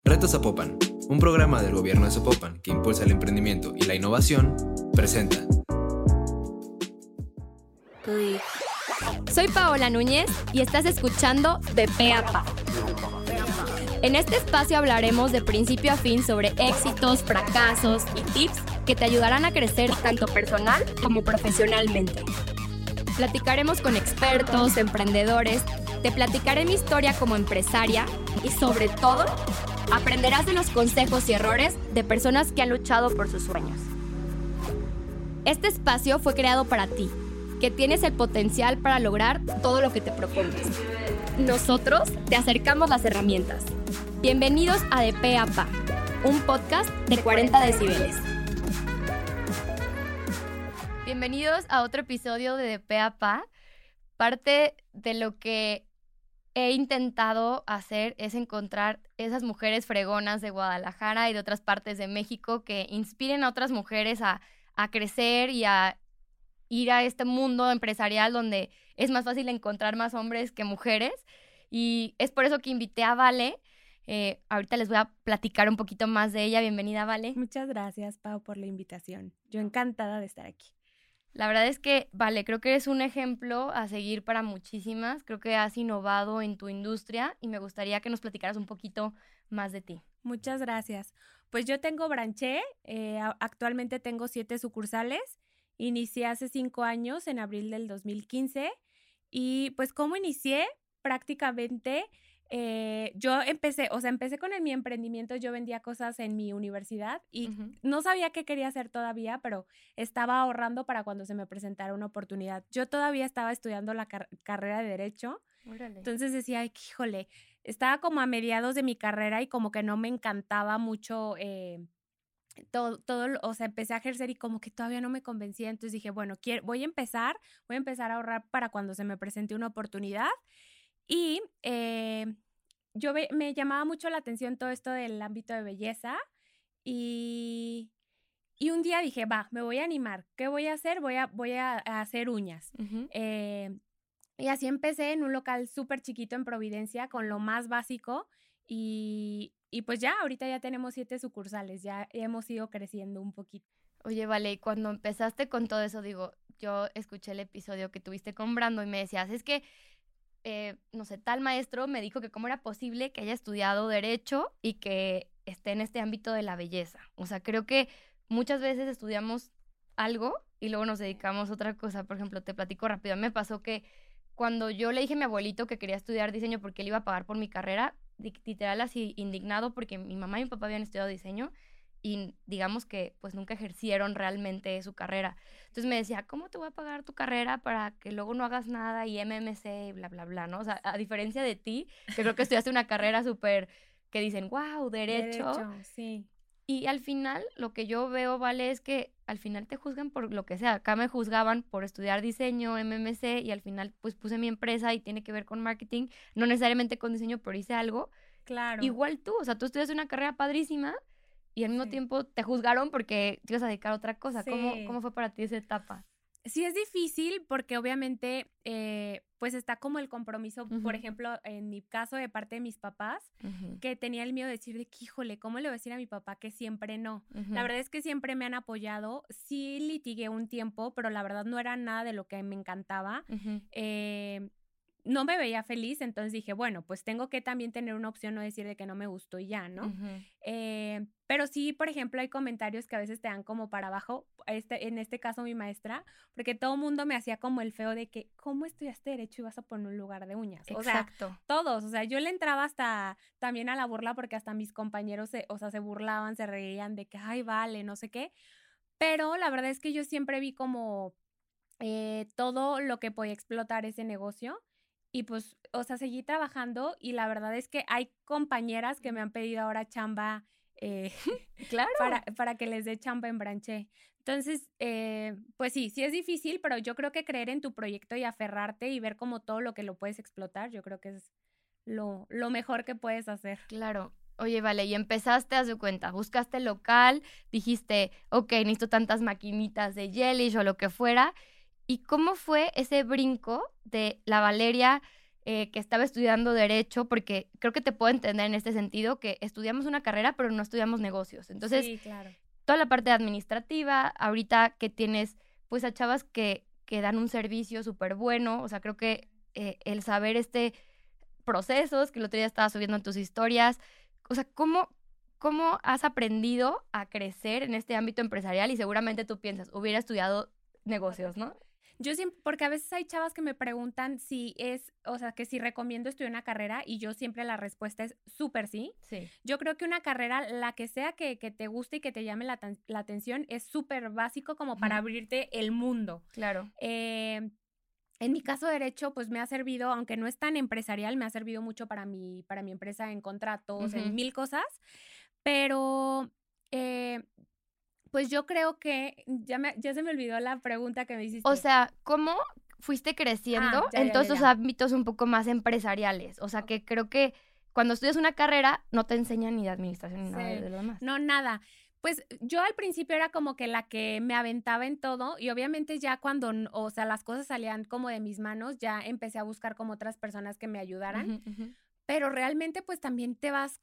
Reto Zapopan, un programa del gobierno de Zapopan que impulsa el emprendimiento y la innovación, presenta. Soy Paola Núñez y estás escuchando De Pe a Pa. En este espacio hablaremos de principio a fin sobre éxitos, fracasos y tips que te ayudarán a crecer tanto personal como profesionalmente. Platicaremos con expertos, emprendedores, te platicaré mi historia como empresaria y sobre todo, aprenderás de los consejos y errores de personas que han luchado por sus sueños. Este espacio fue creado para ti, que tienes el potencial para lograr todo lo que te propongas. Nosotros te acercamos las herramientas. Bienvenidos a De Pe a Pa, un podcast de 40 decibeles. Bienvenidos a otro episodio de Pe a Pa. Parte de lo que he intentado hacer es encontrar esas mujeres fregonas de Guadalajara y de otras partes de México que inspiren a otras mujeres a crecer y a ir a este mundo empresarial donde es más fácil encontrar más hombres que mujeres. Y es por eso que invité a Vale. Ahorita les voy a platicar un poquito más de ella. Bienvenida, Vale. Muchas gracias, Pau, por la invitación. Yo encantada de estar aquí. La verdad es que, Vale, creo que eres un ejemplo a seguir para muchísimas. Creo que has innovado en tu industria y me gustaría que nos platicaras un poquito más de ti. Muchas gracias. Pues yo tengo Branché, actualmente tengo 7 sucursales. Inicié hace 5 años, en abril del 2015. Y pues, ¿cómo inicié? Prácticamente yo empecé con mi emprendimiento. Yo vendía cosas en mi universidad y no sabía qué quería hacer todavía, pero estaba ahorrando para cuando se me presentara una oportunidad. Yo todavía estaba estudiando la carrera de Derecho. Órale. Entonces decía, ay, híjole, estaba como a mediados de mi carrera y como que no me encantaba mucho todo, o sea, empecé a ejercer y como que todavía no me convencía. Entonces dije, bueno, voy a empezar a ahorrar para cuando se me presente una oportunidad. Y me llamaba mucho la atención todo esto del ámbito de belleza y un día dije, me voy a animar. ¿Qué voy a hacer? Voy a hacer uñas. Y así empecé en un local súper chiquito en Providencia con lo más básico y pues ya, ahorita ya tenemos 7 sucursales, ya hemos ido creciendo un poquito. Oye, Vale, y cuando empezaste con todo eso, yo escuché el episodio que tuviste con Brando y me decías, es que no sé, tal maestro me dijo que cómo era posible que haya estudiado Derecho y que esté en este ámbito de la belleza. O sea, creo que muchas veces estudiamos algo y luego nos dedicamos a otra cosa. Por ejemplo, te platico rápido. Me pasó que cuando yo le dije a mi abuelito que quería estudiar diseño porque él iba a pagar por mi carrera, literal así indignado porque mi mamá y mi papá habían estudiado diseño y digamos que pues nunca ejercieron realmente su carrera. Entonces me decía, ¿cómo te voy a pagar tu carrera para que luego no hagas nada y MMC y bla, bla, bla, ¿no? O sea, a diferencia de ti, que creo que estudiaste una carrera súper, que dicen, wow, derecho. Sí. Y al final, lo que yo veo, Vale, es que al final te juzgan por lo que sea. Acá me juzgaban por estudiar diseño, MMC, y al final pues puse mi empresa y tiene que ver con marketing, no necesariamente con diseño, pero hice algo. Claro. Igual tú, o sea, tú estudiaste una carrera padrísima, y al mismo tiempo te juzgaron porque te ibas a dedicar a otra cosa. Sí. ¿Cómo fue para ti esa etapa? Sí, es difícil porque obviamente pues está como el compromiso, por ejemplo, en mi caso de parte de mis papás, que tenía el miedo de decir de que, híjole, ¿cómo le voy a decir a mi papá que siempre no? La verdad es que siempre me han apoyado. Sí litigué un tiempo, pero la verdad no era nada de lo que me encantaba. No me veía feliz, entonces dije, bueno, pues tengo que también tener una opción, no decir de que no me gustó y ya, ¿no? Pero sí, por ejemplo, hay comentarios que a veces te dan como para abajo, en este caso mi maestra, porque todo el mundo me hacía como el feo de que, ¿cómo estudiaste Derecho y vas a poner un lugar de uñas? Exacto. O sea, todos, o sea, yo le entraba hasta también a la burla porque hasta mis compañeros, se burlaban, se reían de que, ay, Vale, no sé qué, pero la verdad es que yo siempre vi como todo lo que podía explotar ese negocio. Y pues, o sea, seguí trabajando y la verdad es que hay compañeras que me han pedido ahora chamba claro. para que les dé chamba en Branché. Entonces, pues sí es difícil, pero yo creo que creer en tu proyecto y aferrarte y ver como todo lo que lo puedes explotar, yo creo que es lo mejor que puedes hacer. Claro. Oye, Vale, y empezaste, haz de cuenta, buscaste el local, dijiste, ok, necesito tantas maquinitas de Gelish o lo que fuera. ¿Y cómo fue ese brinco de la Valeria que estaba estudiando Derecho, porque creo que te puedo entender en este sentido, que estudiamos una carrera, pero no estudiamos negocios. Entonces, sí, claro. toda la parte administrativa, ahorita que tienes, pues, a chavas que dan un servicio súper bueno, o sea, creo que el saber procesos, que el otro día estaba subiendo en tus historias, o sea, ¿cómo has aprendido a crecer en este ámbito empresarial? Y seguramente tú piensas, hubiera estudiado negocios, ¿no? Yo siempre, porque a veces hay chavas que me preguntan o sea, que si recomiendo estudiar una carrera y yo siempre la respuesta es súper sí. Sí. Yo creo que una carrera, la que sea que te guste y que te llame la atención, es súper básico como para abrirte el mundo. Claro. En mi caso, Derecho, pues me ha servido, aunque no es tan empresarial, me ha servido mucho para mi empresa en contratos, en 1000 cosas, pero pues yo creo que ya se me olvidó la pregunta que me hiciste. O sea, ¿cómo fuiste creciendo en todos esos ámbitos un poco más empresariales? O sea, que creo que cuando estudias una carrera no te enseñan ni de administración ni nada de lo demás. No, nada. Pues yo al principio era como que la que me aventaba en todo y obviamente ya cuando, o sea, las cosas salían como de mis manos, ya empecé a buscar como otras personas que me ayudaran. Pero realmente pues también vas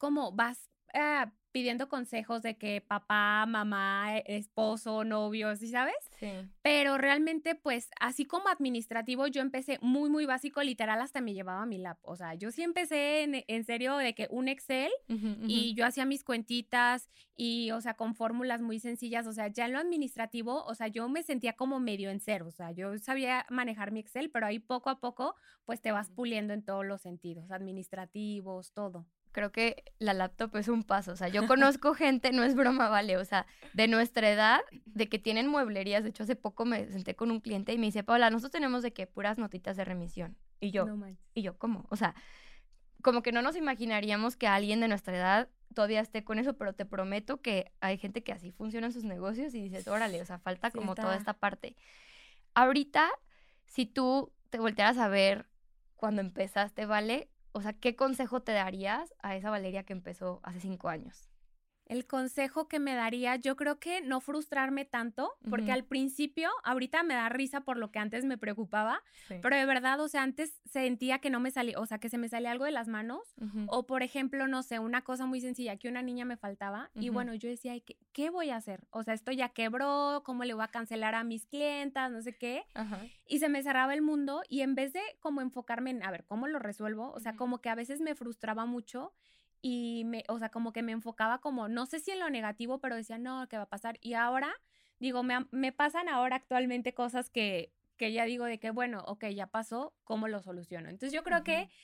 pidiendo consejos de que papá, mamá, esposo, novio, ¿sí sabes? Sí. Pero realmente, pues, así como administrativo, yo empecé muy, muy básico, literal, hasta me llevaba mi lap. O sea, yo sí empecé en serio de que un Excel y yo hacía mis cuentitas y, o sea, con fórmulas muy sencillas. O sea, ya en lo administrativo, o sea, yo me sentía como medio en cero. O sea, yo sabía manejar mi Excel, pero ahí poco a poco, pues, te vas puliendo en todos los sentidos, administrativos, todo. Creo que la laptop es un paso. O sea, yo conozco gente, no es broma, vale, o sea, de nuestra edad, de que tienen mueblerías. De hecho, hace poco me senté con un cliente y me dice, Paola, nosotros tenemos de que puras notitas de remisión. Y yo, ¿cómo? O sea, como que no nos imaginaríamos que alguien de nuestra edad todavía esté con eso, pero te prometo que hay gente que así funcionan sus negocios y dices, órale, o sea, falta como toda esta parte. Ahorita, si tú te voltearas a ver cuando empezaste, ¿vale? O sea, ¿qué consejo te darías a esa Valeria que empezó hace 5 años? El consejo que me daría, yo creo que no frustrarme tanto, porque al principio, ahorita me da risa por lo que antes me preocupaba, pero de verdad, o sea, antes sentía que no me salía, o sea, que se me salía algo de las manos, o por ejemplo, no sé, una cosa muy sencilla, que una niña me faltaba, y bueno, yo decía, ¿qué voy a hacer? O sea, esto ya quebró, ¿cómo le voy a cancelar a mis clientas? No sé qué, y se me cerraba el mundo, y en vez de como enfocarme en, a ver, ¿cómo lo resuelvo? O sea, como que a veces me frustraba mucho, y o sea, como que me enfocaba como, no sé si en lo negativo, pero decía, no, ¿qué va a pasar? Y ahora, digo, me pasan ahora actualmente cosas que ya digo de que, bueno, ok, ya pasó, ¿cómo lo soluciono? Entonces yo creo que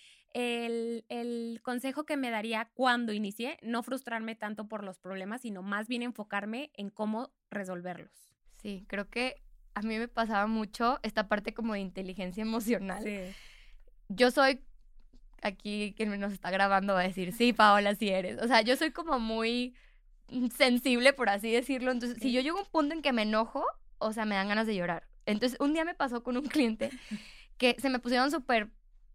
el consejo que me daría cuando inicié, no frustrarme tanto por los problemas, sino más bien enfocarme en cómo resolverlos. Sí, creo que a mí me pasaba mucho esta parte como de inteligencia emocional. Sí. Yo soy... Aquí quien nos está grabando va a decir, sí, Paola, sí eres. O sea, yo soy como muy sensible, por así decirlo. Entonces, si yo llego a un punto en que me enojo, o sea, me dan ganas de llorar. Entonces, un día me pasó con un cliente que se me pusieron súper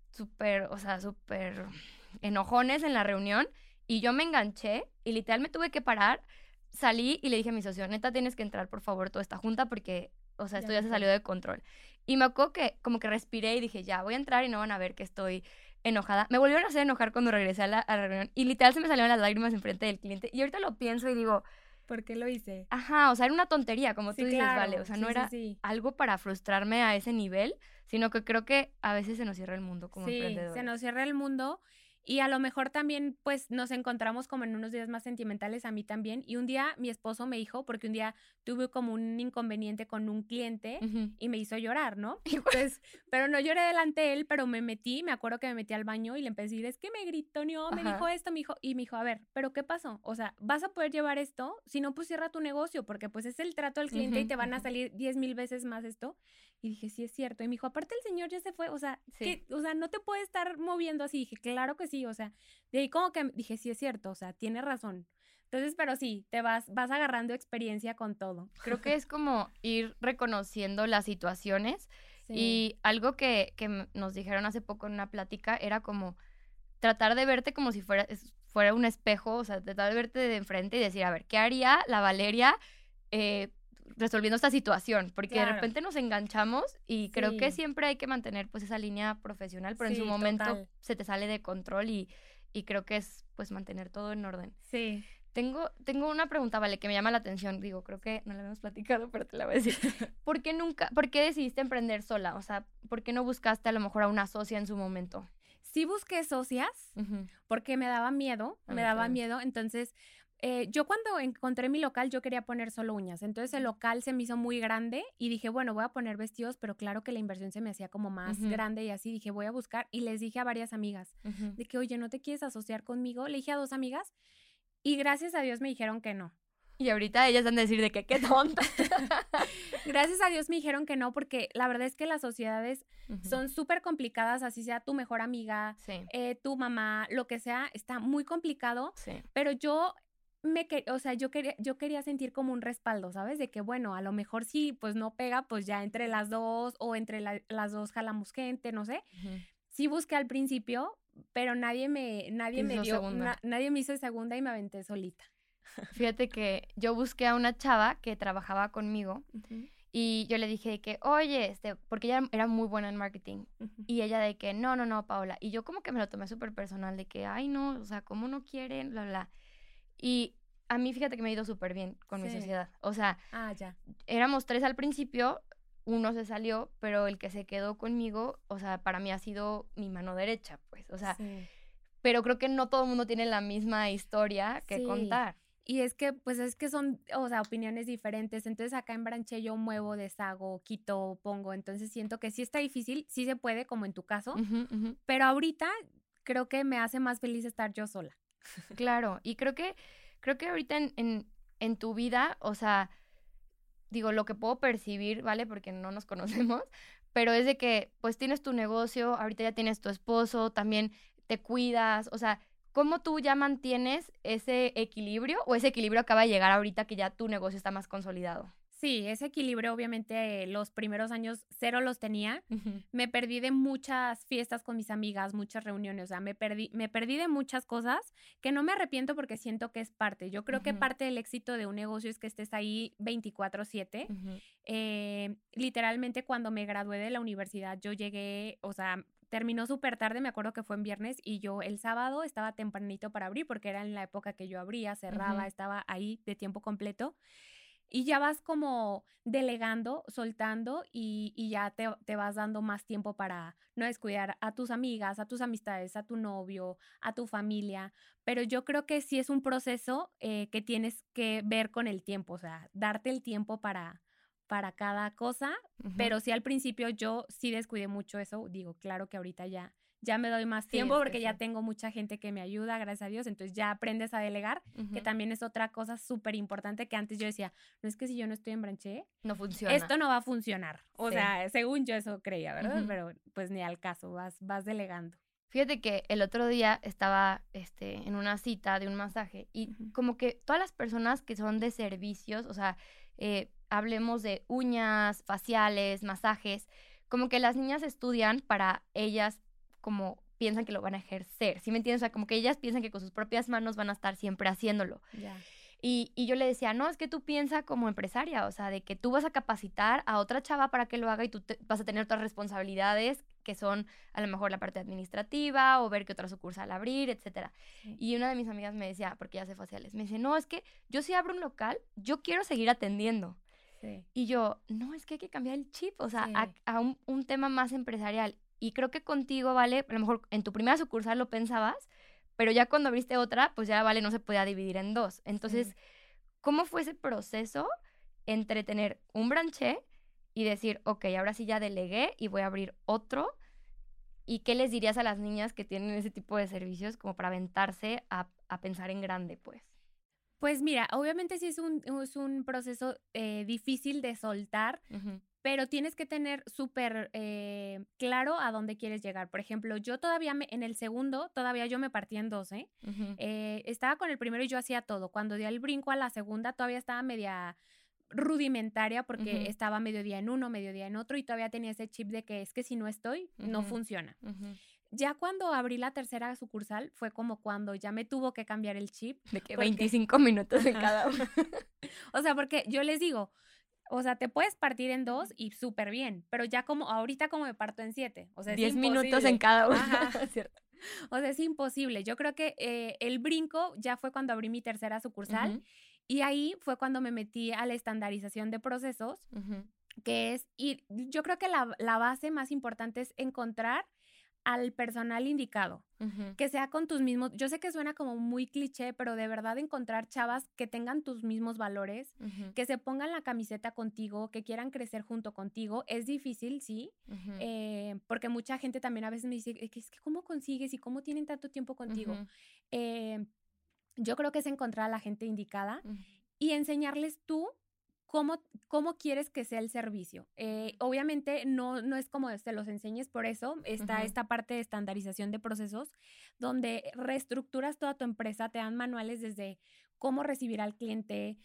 enojones en la reunión y yo me enganché y literal me tuve que parar, salí y le dije a mi socio, neta, tienes que entrar, por favor, toda esta junta porque, o sea, esto ya se salió de control. Y me acuerdo que como que respiré y dije, ya, voy a entrar y no van a ver que estoy enojada. Me volvieron a hacer enojar cuando regresé a la reunión y literal se me salieron las lágrimas enfrente del cliente y ahorita lo pienso y digo, ¿por qué lo hice? Ajá, o sea, era una tontería, como tú dices, claro. vale, o sea, no era algo para frustrarme a ese nivel, sino que creo que a veces se nos cierra el mundo como emprendedores. Sí, se nos cierra el mundo y a lo mejor también, pues, nos encontramos como en unos días más sentimentales, a mí también, y un día mi esposo me dijo, porque un día tuve como un inconveniente con un cliente y me hizo llorar, ¿no? Entonces, pero no lloré delante de él, pero me acuerdo que me metí al baño y le empecé a decir, es que me gritó, no, me dijo esto, y me dijo, a ver, ¿pero qué pasó? O sea, ¿vas a poder llevar esto? Si no, pues cierra tu negocio, porque pues es el trato al cliente y te van a salir 10,000 veces más esto. Y dije, sí, es cierto. Y me dijo, aparte el señor ya se fue, o sea, no te puede estar moviendo así. Dije, claro que sí, o sea, de ahí como que dije, sí, es cierto, o sea, tiene razón. Entonces, pero sí, te vas agarrando experiencia con todo. Creo que es como ir reconociendo las situaciones y algo que nos dijeron hace poco en una plática era como tratar de verte como si fuera un espejo, o sea, tratar de verte de enfrente y decir, a ver, ¿qué haría la Valeria resolviendo esta situación, porque Claro. de repente nos enganchamos y creo que Sí. siempre hay que mantener pues esa línea profesional, pero en su Sí, momento total. se te sale de control y creo que es pues mantener todo en orden. Sí. Tengo una pregunta, vale, que me llama la atención. Digo, creo que no la habíamos platicado, pero te la voy a decir. ¿Por qué decidiste emprender sola? O sea, ¿por qué no buscaste a lo mejor a una socia en su momento? Sí busqué socias porque me daba miedo, A mí también. Entonces, yo cuando encontré mi local, yo quería poner solo uñas. Entonces, el local se me hizo muy grande y dije, bueno, voy a poner vestidos, pero claro que la inversión se me hacía como más grande y así dije, voy a buscar. Y les dije a varias amigas de que, oye, ¿no te quieres asociar conmigo? Le dije a 2 amigas y gracias a Dios me dijeron que no. Y ahorita ellas han de decir de que qué tonta. Gracias a Dios me dijeron que no, porque la verdad es que las sociedades son súper complicadas, así sea tu mejor amiga, Sí. tu mamá, lo que sea, está muy complicado, Sí. pero yo quería sentir como un respaldo, ¿sabes? De que, bueno, a lo mejor sí, pues no pega, pues ya entre las dos o entre las dos jalamos gente, no sé. Sí busqué al principio, pero nadie me hizo segunda y me aventé solita. Fíjate que yo busqué a una chava que trabajaba conmigo y yo le dije que, oye, porque ella era muy buena en marketing. Y ella de que, no, Paola. Y yo como que me lo tomé súper personal de que, ay, no, o sea, ¿cómo no quieren? Bla, bla. Y a mí, fíjate que me ha ido súper bien con mi Sí. sociedad. O sea, Ya. éramos 3 al principio, uno se salió, pero el que se quedó conmigo, o sea, para mí ha sido mi mano derecha, pues. O sea, Sí. pero creo que no todo el mundo tiene la misma historia que Sí. contar. Y es que, pues es que son, o sea, opiniones diferentes. Entonces acá en Branché yo muevo, deshago, quito, pongo. Entonces siento que sí está difícil, sí se puede, como en tu caso. Pero ahorita creo que me hace más feliz estar yo sola. Claro, y creo que ahorita en tu vida, o sea, digo, lo que puedo percibir, ¿vale? Porque no nos conocemos, pero es de que, pues, tienes tu negocio, ahorita ya tienes tu esposo, también te cuidas, o sea, ¿cómo tú ya mantienes ese equilibrio o ese equilibrio acaba de llegar ahorita que ya tu negocio está más consolidado? Sí, ese equilibrio obviamente los primeros años cero los tenía. Me perdí de muchas fiestas con mis amigas, muchas reuniones, o sea, me perdí de muchas cosas que no me arrepiento porque siento que es parte. Yo creo que parte del éxito de un negocio es que estés ahí 24/7. Literalmente cuando me gradué de la universidad yo llegué, o sea, terminó súper tarde, me acuerdo que fue en viernes y yo el sábado estaba tempranito para abrir porque era en la época que yo abría, cerraba, estaba ahí de tiempo completo. Y ya vas como delegando, soltando y ya te vas dando más tiempo para no descuidar a tus amigas, a tus amistades, a tu novio, a tu familia. Pero yo creo que sí es un proceso que tienes que ver con el tiempo, o sea, darte el tiempo para cada cosa. Pero sí al principio yo sí descuidé mucho eso. Digo, claro que ahorita ya me doy más tiempo es que porque ya sí. tengo mucha gente que me ayuda, gracias a Dios. Entonces ya aprendes a delegar, que también es otra cosa súper importante que antes yo decía, no es que si yo no estoy en Branché, No funciona. esto no va a funcionar. O Sí. sea, según yo eso creía, ¿verdad? Pero pues ni al caso, vas delegando. Fíjate que el otro día estaba en una cita de un masaje y como que todas las personas que son de servicios, o sea, hablemos de uñas, faciales, masajes, como que las niñas estudian para ellas como piensan que lo van a ejercer, ¿sí me entiendes? O sea, como que ellas piensan que con sus propias manos van a estar siempre haciéndolo. Ya. Y yo le decía, no, es que tú piensas como empresaria, o sea, de que tú vas a capacitar a otra chava para que lo haga y tú vas a tener otras responsabilidades que son a lo mejor la parte administrativa o ver qué otra sucursal abrir, etcétera. Sí. Y una de mis amigas me decía, porque ella hace faciales, me dice, no, es que yo si abro un local, yo quiero seguir atendiendo. Sí. Y yo, no, es que hay que cambiar el chip, o sea, Sí. a un tema más empresarial. Y creo que contigo, Vale, a lo mejor en tu primera sucursal lo pensabas, pero ya cuando abriste otra, pues ya, Vale, no se podía dividir en dos. Entonces, ¿cómo fue ese proceso entre tener un Branché y decir, ok, ahora sí ya delegué y voy a abrir otro? ¿Y qué les dirías a las niñas que tienen ese tipo de servicios como para aventarse a pensar en grande, pues? Pues mira, obviamente sí es un proceso difícil de soltar, pero tienes que tener súper claro a dónde quieres llegar. Por ejemplo, yo todavía en el segundo, todavía yo me partí en dos, estaba con el primero y yo hacía todo. Cuando di el brinco a la segunda, todavía estaba media rudimentaria porque estaba mediodía en uno, mediodía en otro y todavía tenía ese chip de que es que si no estoy, no funciona. Ya cuando abrí la tercera sucursal fue como cuando ya me tuvo que cambiar el chip. De que 25 minutos en cada uno. O sea, porque yo les digo, O sea, te puedes partir en 2 y súper bien, pero ya como ahorita como me parto en 7. O sea, 10 minutos en cada uno. Ajá. ¿Cierto? O sea, es imposible. Yo creo que el brinco ya fue cuando abrí mi tercera sucursal y ahí fue cuando me metí a la estandarización de procesos, que es, y yo creo que la base más importante es encontrar al personal indicado, que sea con tus mismos, yo sé que suena como muy cliché, pero de verdad encontrar chavas que tengan tus mismos valores, que se pongan la camiseta contigo, que quieran crecer junto contigo, es difícil, sí, porque mucha gente también a veces me dice, es que ¿cómo consigues y cómo tienen tanto tiempo contigo? Yo creo que es encontrar a la gente indicada y enseñarles tú ¿Cómo quieres que sea el servicio? Obviamente no es como te los enseñes, por eso está esta parte de estandarización de procesos, donde reestructuras toda tu empresa, te dan manuales desde cómo recibir al cliente,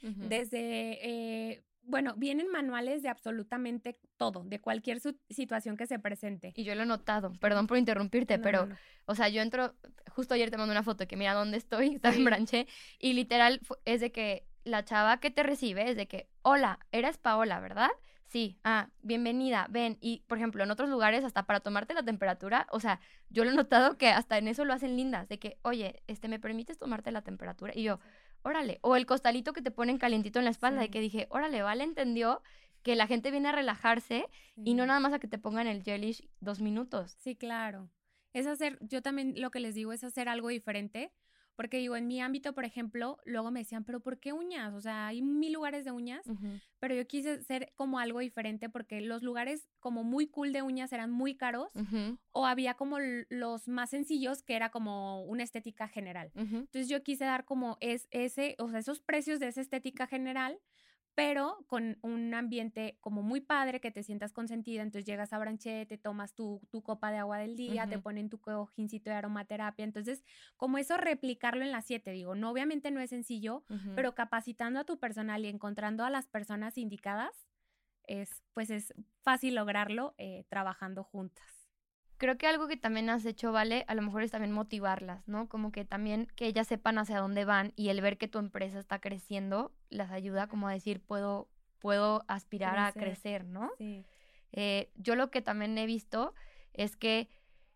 desde, bueno, vienen manuales de absolutamente todo, de cualquier situación que se presente. Y yo lo he notado, perdón por interrumpirte, pero, o sea, yo entro, justo ayer te mandé una foto que mira dónde estoy, estaba en Branché, y literal es de que la chava que te recibe es de que, hola, eres Paola, ¿verdad? Sí, bienvenida, ven. Y, por ejemplo, en otros lugares, hasta para tomarte la temperatura, o sea, yo lo he notado que hasta en eso lo hacen lindas, de que, oye, ¿me permites tomarte la temperatura? Y yo, órale. O el costalito que te ponen calientito en la espalda, de que dije, órale, Vale entendió que la gente viene a relajarse y no nada más a que te pongan el gelish 2 minutos. Sí, claro. Es hacer, yo también lo que les digo es hacer algo diferente. Porque digo, en mi ámbito, por ejemplo, luego me decían, ¿pero por qué uñas? O sea, hay 1000 lugares de uñas, pero yo quise hacer como algo diferente porque los lugares como muy cool de uñas eran muy caros o había como los más sencillos que era como una estética general. Entonces yo quise dar como esos precios de esa estética general, pero con un ambiente como muy padre, que te sientas consentida. Entonces llegas a Branché, te tomas tu copa de agua del día, te ponen tu cojincito de aromaterapia. Entonces, como eso, replicarlo en las 7, digo, no, obviamente no es sencillo, pero capacitando a tu personal y encontrando a las personas indicadas, es fácil lograrlo trabajando juntas. Creo que algo que también has hecho, Vale, a lo mejor es también motivarlas, ¿no? Como que también que ellas sepan hacia dónde van y el ver que tu empresa está creciendo las ayuda como a decir, puedo aspirar a crecer, ¿no? Sí. Yo lo que también he visto es que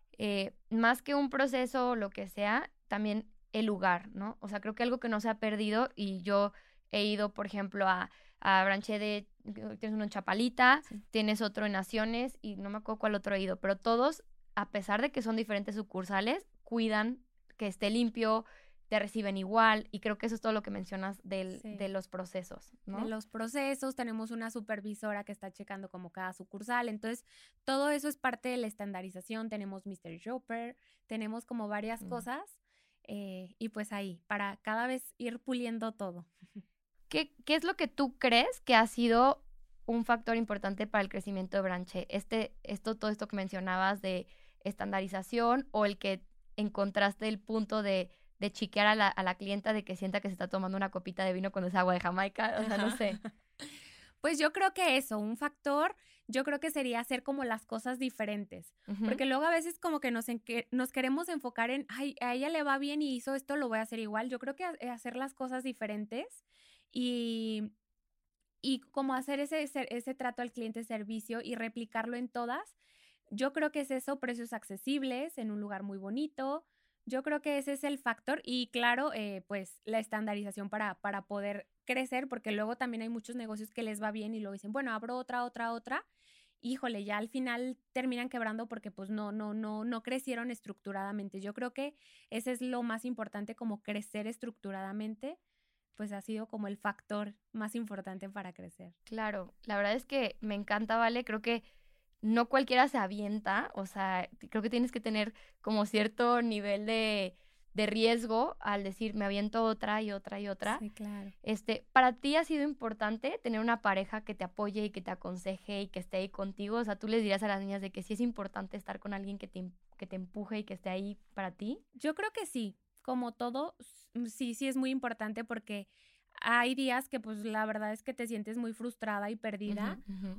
más que un proceso o lo que sea, también el lugar, ¿no? O sea, creo que algo que no se ha perdido y yo he ido, por ejemplo, a Branché tienes uno en Chapalita, tienes otro en Naciones y no me acuerdo cuál otro he ido, pero todos, a pesar de que son diferentes sucursales, cuidan que esté limpio, te reciben igual, y creo que eso es todo lo que mencionas de los procesos, ¿no? De los procesos, tenemos una supervisora que está checando como cada sucursal, entonces todo eso es parte de la estandarización, tenemos Mystery Shopper, tenemos como varias cosas, y pues ahí, para cada vez ir puliendo todo. ¿Qué es lo que tú crees que ha sido un factor importante para el crecimiento de Branché? Todo esto que mencionabas de estandarización o el que encontraste el punto de chiquear a la clienta de que sienta que se está tomando una copita de vino cuando es agua de Jamaica, o sea, no sé. Pues yo creo que eso, un factor, yo creo que sería hacer como las cosas diferentes, porque luego a veces como que nos queremos enfocar en, ay, a ella le va bien y hizo esto, lo voy a hacer igual. Yo creo que hacer las cosas diferentes y como hacer ese trato al cliente servicio y replicarlo en todas, yo creo que es eso, precios accesibles en un lugar muy bonito. Yo creo que ese es el factor y claro, pues la estandarización para poder crecer, porque luego también hay muchos negocios que les va bien y luego dicen, bueno, abro otra. Híjole, ya al final terminan quebrando porque pues no crecieron estructuradamente. Yo creo que ese es lo más importante, como crecer estructuradamente, pues ha sido como el factor más importante para crecer. Claro, la verdad es que me encanta, Vale, creo que no cualquiera se avienta, o sea, creo que tienes que tener como cierto nivel de riesgo al decir, me aviento otra y otra y otra. Sí, claro. ¿Para ti ha sido importante tener una pareja que te apoye y que te aconseje y que esté ahí contigo? O sea, ¿tú les dirías a las niñas de que sí es importante estar con alguien que te empuje y que esté ahí para ti? Yo creo que sí, como todo, sí es muy importante porque hay días que pues la verdad es que te sientes muy frustrada y perdida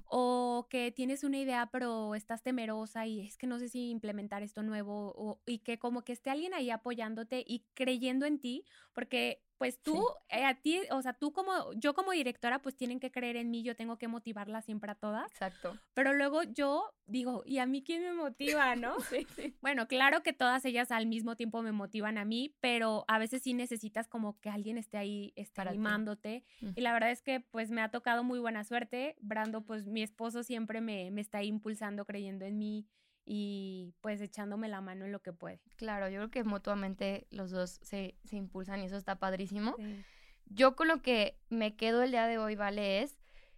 o que tienes una idea pero estás temerosa y es que no sé si implementar esto nuevo y que como que esté alguien ahí apoyándote y creyendo en ti, porque pues tú, a ti, o sea, yo como directora, pues tienen que creer en mí, yo tengo que motivarlas siempre a todas. Exacto. Pero luego yo digo, ¿y a mí quién me motiva, no? Sí. Bueno, claro que todas ellas al mismo tiempo me motivan a mí, pero a veces sí necesitas como que alguien esté ahí animándote. Y la verdad es que pues me ha tocado muy buena suerte. Brando, pues mi esposo siempre me está impulsando, creyendo en mí y pues echándome la mano en lo que puede. Claro, yo creo que mutuamente los dos se impulsan y eso está padrísimo. Sí. Yo con lo que me quedo el día de hoy, Vale, es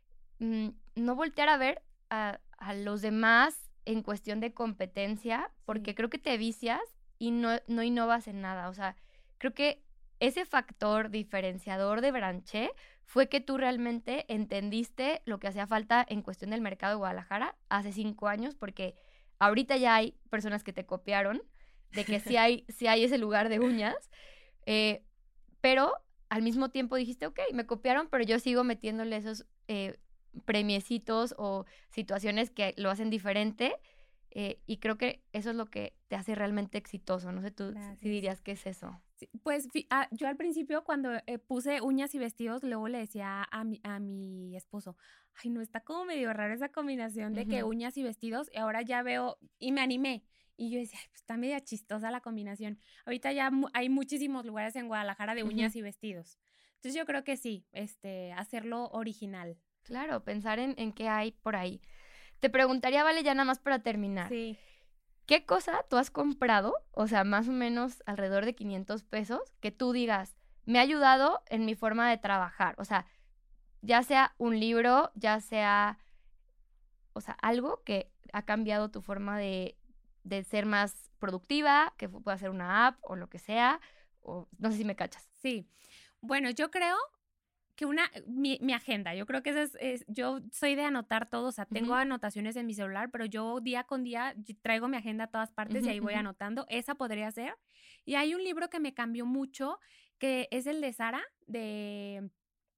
no voltear a ver a los demás en cuestión de competencia, porque creo que te vicias y no innovas en nada. O sea, creo que ese factor diferenciador de Branché fue que tú realmente entendiste lo que hacía falta en cuestión del mercado de Guadalajara hace 5 años, porque ahorita ya hay personas que te copiaron, de que sí hay ese lugar de uñas, pero al mismo tiempo dijiste, ok, me copiaron, pero yo sigo metiéndole esos premiecitos o situaciones que lo hacen diferente, y creo que eso es lo que te hace realmente exitoso. No sé tú si dirías que es eso. Sí, pues yo al principio cuando puse uñas y vestidos, luego le decía a mi esposo, ay, no, está como medio rara esa combinación de que uñas y vestidos, y ahora ya veo, y me animé, y yo decía, ay, pues está media chistosa la combinación. Ahorita ya hay muchísimos lugares en Guadalajara de uñas y vestidos. Entonces yo creo que sí, hacerlo original. Claro, pensar en qué hay por ahí. Te preguntaría, Vale, ya nada más para terminar. Sí. ¿Qué cosa tú has comprado, o sea, más o menos alrededor de 500 pesos, que tú digas, me ha ayudado en mi forma de trabajar? O sea, ya sea un libro, ya sea, o sea, algo que ha cambiado tu forma de ser más productiva, que pueda ser una app o lo que sea, o no sé si me cachas. Sí. Bueno, yo creo que mi agenda, yo creo que yo soy de anotar todo, o sea, tengo anotaciones en mi celular, pero yo día con día traigo mi agenda a todas partes y ahí voy anotando. Esa podría ser. Y hay un libro que me cambió mucho, que es el de Sara, de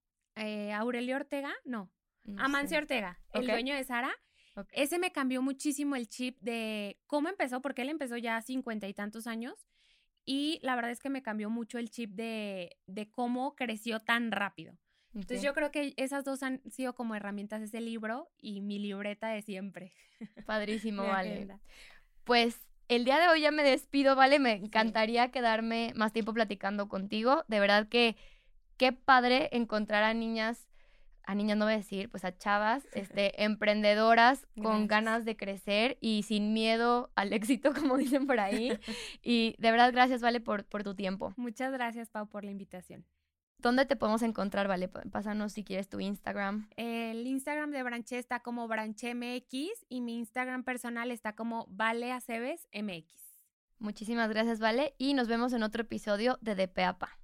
Aurelio Ortega, Amancio Ortega, el dueño de Sara. Okay. Ese me cambió muchísimo el chip de cómo empezó, porque él empezó ya 50 y tantos años. Y la verdad es que me cambió mucho el chip de cómo creció tan rápido. Entonces yo creo que esas dos han sido como herramientas, ese libro y mi libreta de siempre. Padrísimo, Vale. Pues el día de hoy ya me despido, Vale. Me encantaría quedarme más tiempo platicando contigo. De verdad que qué padre encontrar a niñas no voy a decir, pues a chavas emprendedoras con ganas de crecer y sin miedo al éxito, como dicen por ahí. Y de verdad, gracias, Vale, por tu tiempo. Muchas gracias, Pau, por la invitación. ¿Dónde te podemos encontrar, Vale? Pásanos si quieres tu Instagram. El Instagram de Branché está como BrancheMX y mi Instagram personal está como ValeAcebesMX. Muchísimas gracias, Vale, y nos vemos en otro episodio de Pe a Pa.